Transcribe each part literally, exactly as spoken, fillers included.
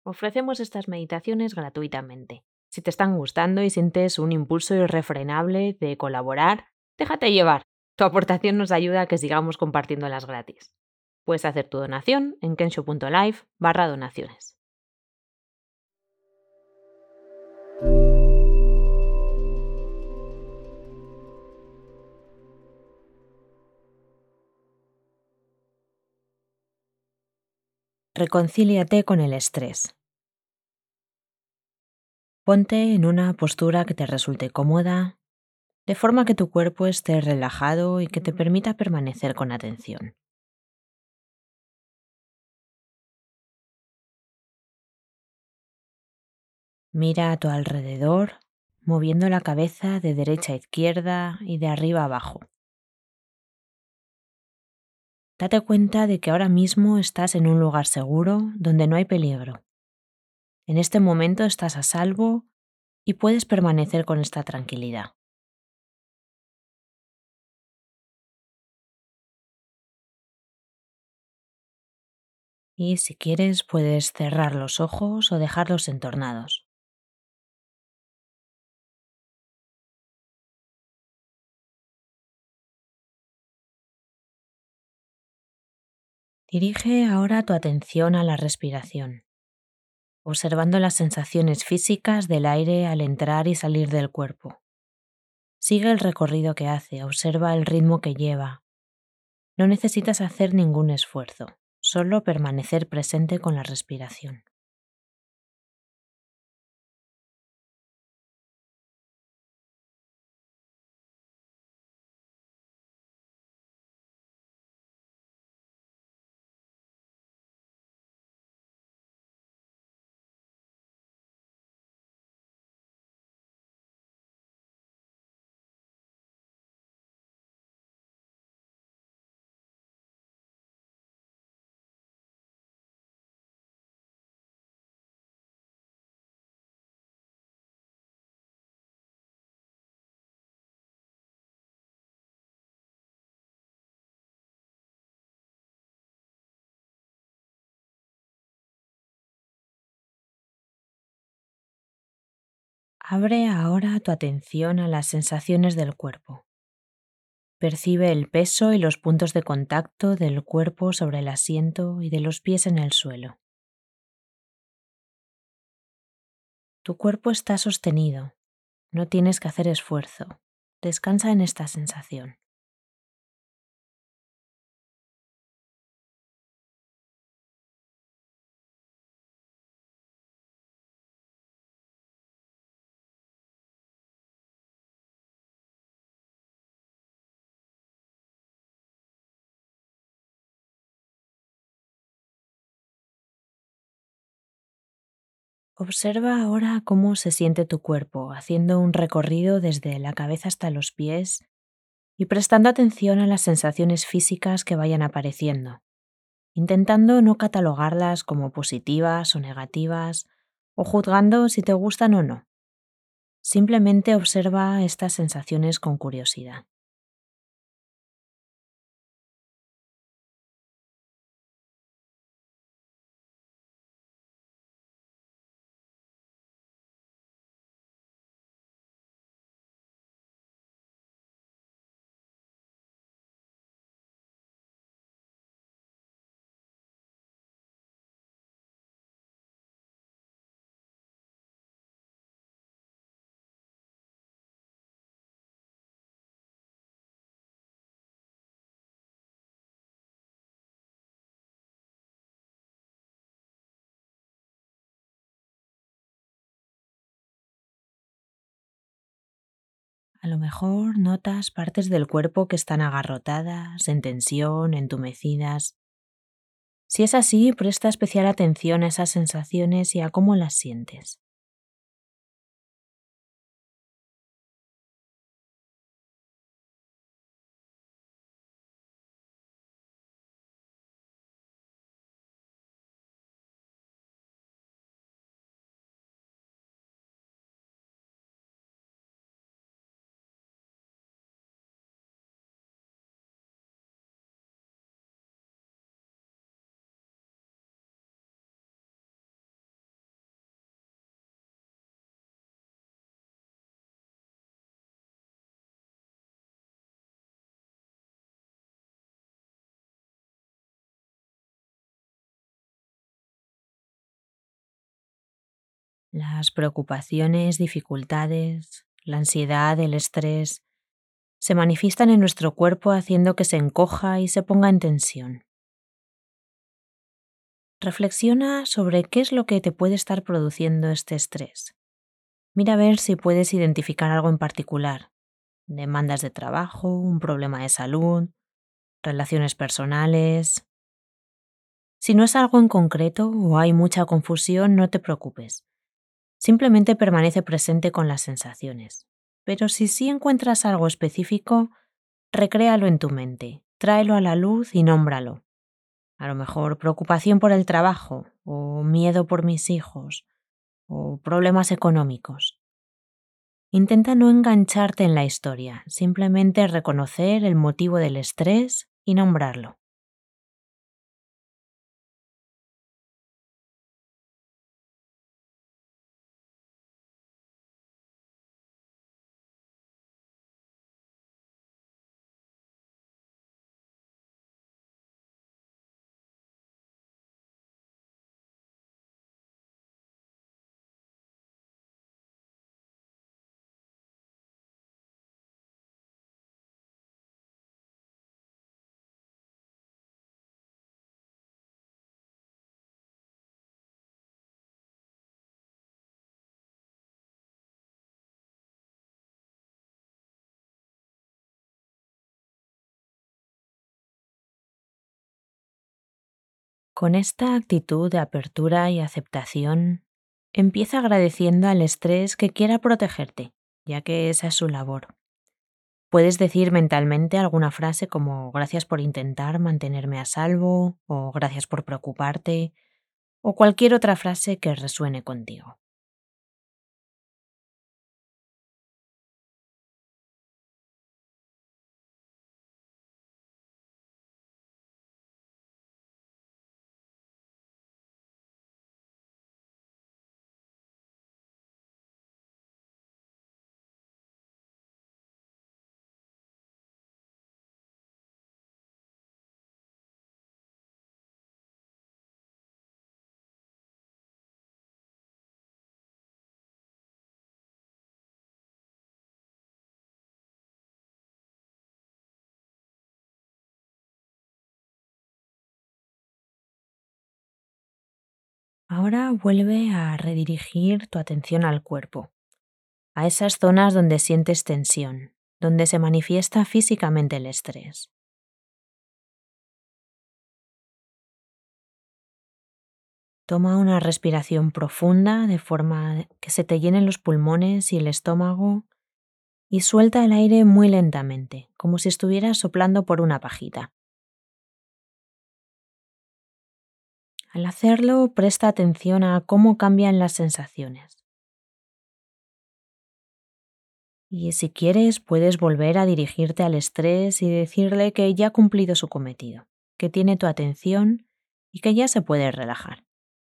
Ofrecemos estas meditaciones gratuitamente. Si te están gustando y sientes un impulso irrefrenable de colaborar, déjate llevar. Tu aportación nos ayuda a que sigamos compartiéndolas gratis. Puedes hacer tu donación en kensho.life barra donaciones. Reconcíliate con el estrés. Ponte en una postura que te resulte cómoda, de forma que tu cuerpo esté relajado y que te permita permanecer con atención. Mira a tu alrededor, moviendo la cabeza de derecha a izquierda y de arriba a abajo. Date cuenta de que ahora mismo estás en un lugar seguro donde no hay peligro. En este momento estás a salvo y puedes permanecer con esta tranquilidad. Y si quieres puedes cerrar los ojos o dejarlos entornados. Dirige ahora tu atención a la respiración, observando las sensaciones físicas del aire al entrar y salir del cuerpo. Sigue el recorrido que hace, observa el ritmo que lleva. No necesitas hacer ningún esfuerzo, solo permanecer presente con la respiración. Abre ahora tu atención a las sensaciones del cuerpo. Percibe el peso y los puntos de contacto del cuerpo sobre el asiento y de los pies en el suelo. Tu cuerpo está sostenido, no tienes que hacer esfuerzo. Descansa en esta sensación. Observa ahora cómo se siente tu cuerpo, haciendo un recorrido desde la cabeza hasta los pies y prestando atención a las sensaciones físicas que vayan apareciendo, intentando no catalogarlas como positivas o negativas o juzgando si te gustan o no. Simplemente observa estas sensaciones con curiosidad. A lo mejor notas partes del cuerpo que están agarrotadas, en tensión, entumecidas. Si es así, presta especial atención a esas sensaciones y a cómo las sientes. Las preocupaciones, dificultades, la ansiedad, el estrés se manifiestan en nuestro cuerpo haciendo que se encoja y se ponga en tensión. Reflexiona sobre qué es lo que te puede estar produciendo este estrés. Mira a ver si puedes identificar algo en particular. Demandas de trabajo, un problema de salud, relaciones personales. Si no es algo en concreto o hay mucha confusión, no te preocupes. Simplemente permanece presente con las sensaciones. Pero si sí encuentras algo específico, recréalo en tu mente, tráelo a la luz y nómbralo. A lo mejor preocupación por el trabajo, o miedo por mis hijos, o problemas económicos. Intenta no engancharte en la historia, simplemente reconocer el motivo del estrés y nombrarlo. Con esta actitud de apertura y aceptación, empieza agradeciendo al estrés que quiera protegerte, ya que esa es su labor. Puedes decir mentalmente alguna frase como gracias por intentar mantenerme a salvo o gracias por preocuparte o cualquier otra frase que resuene contigo. Ahora vuelve a redirigir tu atención al cuerpo, a esas zonas donde sientes tensión, donde se manifiesta físicamente el estrés. Toma una respiración profunda de forma que se te llenen los pulmones y el estómago y suelta el aire muy lentamente, como si estuvieras soplando por una pajita. Al hacerlo, presta atención a cómo cambian las sensaciones. Y si quieres, puedes volver a dirigirte al estrés y decirle que ya ha cumplido su cometido, que tiene tu atención y que ya se puede relajar.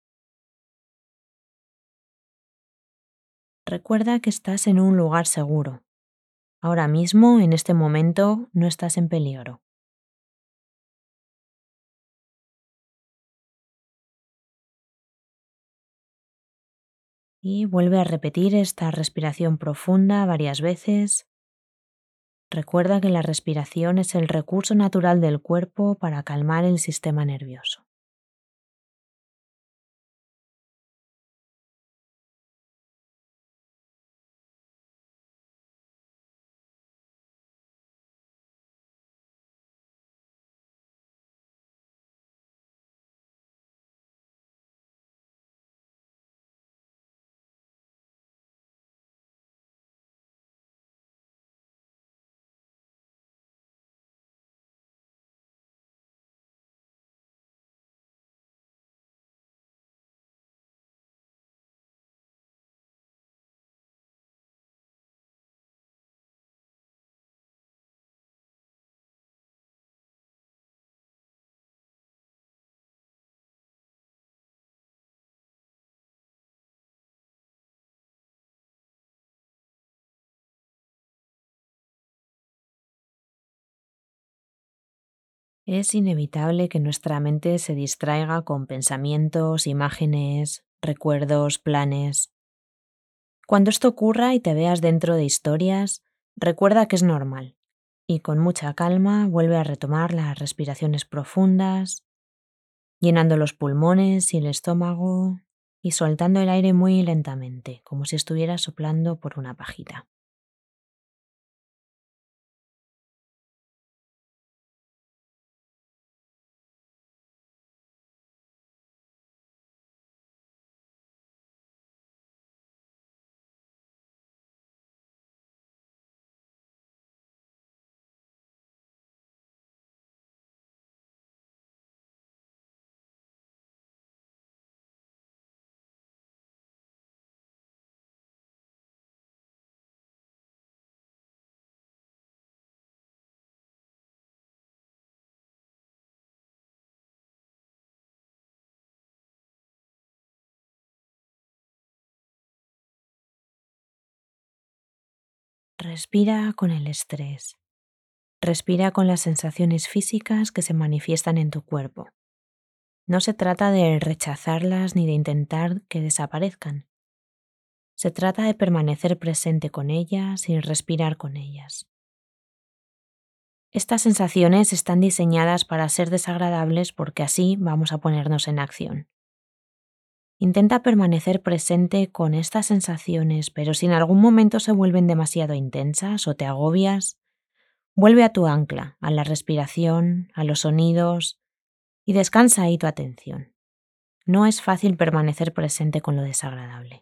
Recuerda que estás en un lugar seguro. Ahora mismo, en este momento, no estás en peligro. Y vuelve a repetir esta respiración profunda varias veces. Recuerda que la respiración es el recurso natural del cuerpo para calmar el sistema nervioso. Es inevitable que nuestra mente se distraiga con pensamientos, imágenes, recuerdos, planes. Cuando esto ocurra y te veas dentro de historias, recuerda que es normal y con mucha calma vuelve a retomar las respiraciones profundas, llenando los pulmones y el estómago y soltando el aire muy lentamente, como si estuvieras soplando por una pajita. Respira con el estrés. Respira con las sensaciones físicas que se manifiestan en tu cuerpo. No se trata de rechazarlas ni de intentar que desaparezcan. Se trata de permanecer presente con ellas y respirar con ellas. Estas sensaciones están diseñadas para ser desagradables porque así vamos a ponernos en acción. Intenta permanecer presente con estas sensaciones, pero si en algún momento se vuelven demasiado intensas o te agobias, vuelve a tu ancla, a la respiración, a los sonidos y descansa ahí tu atención. No es fácil permanecer presente con lo desagradable.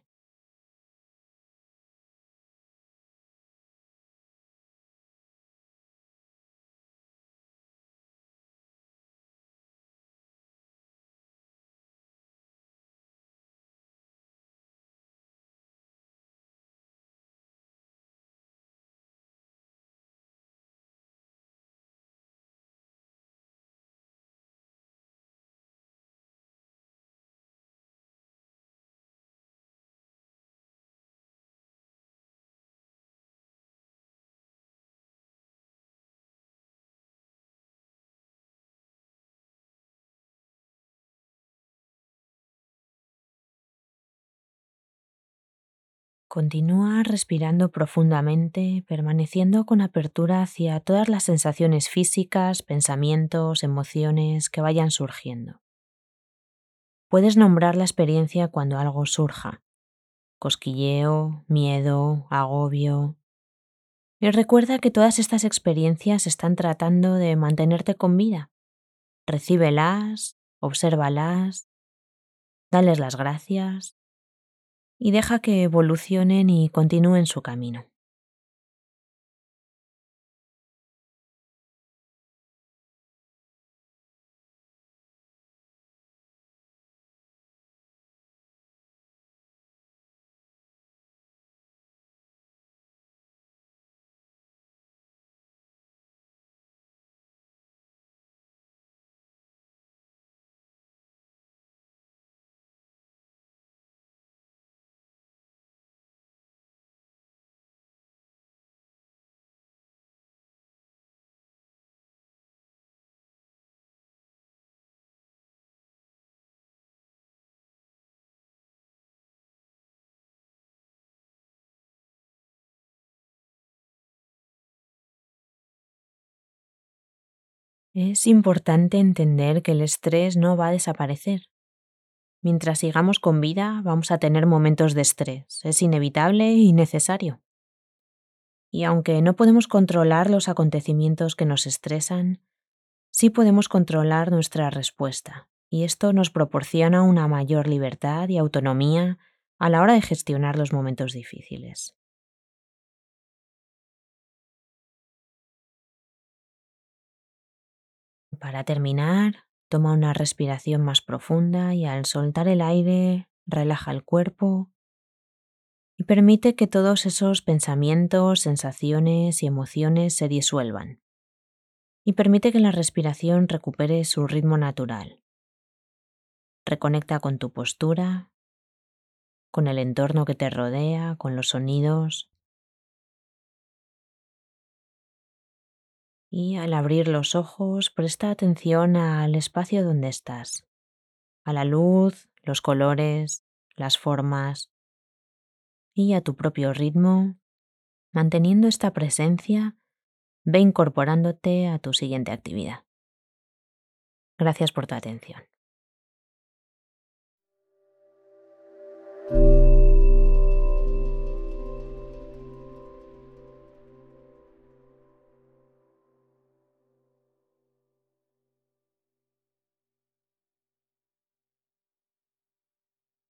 Continúa respirando profundamente, permaneciendo con apertura hacia todas las sensaciones físicas, pensamientos, emociones que vayan surgiendo. Puedes nombrar la experiencia cuando algo surja: cosquilleo, miedo, agobio. Y recuerda que todas estas experiencias están tratando de mantenerte con vida. Recíbelas, obsérvalas, dales las gracias y deja que evolucionen y continúen su camino. Es importante entender que el estrés no va a desaparecer. Mientras sigamos con vida, vamos a tener momentos de estrés. Es inevitable y necesario. Y aunque no podemos controlar los acontecimientos que nos estresan, sí podemos controlar nuestra respuesta. Y esto nos proporciona una mayor libertad y autonomía a la hora de gestionar los momentos difíciles. Para terminar, toma una respiración más profunda y al soltar el aire, relaja el cuerpo y permite que todos esos pensamientos, sensaciones y emociones se disuelvan. Y permite que la respiración recupere su ritmo natural. Reconecta con tu postura, con el entorno que te rodea, con los sonidos. Y al abrir los ojos, presta atención al espacio donde estás, a la luz, los colores, las formas. Y a tu propio ritmo, manteniendo esta presencia, ve incorporándote a tu siguiente actividad. Gracias por tu atención.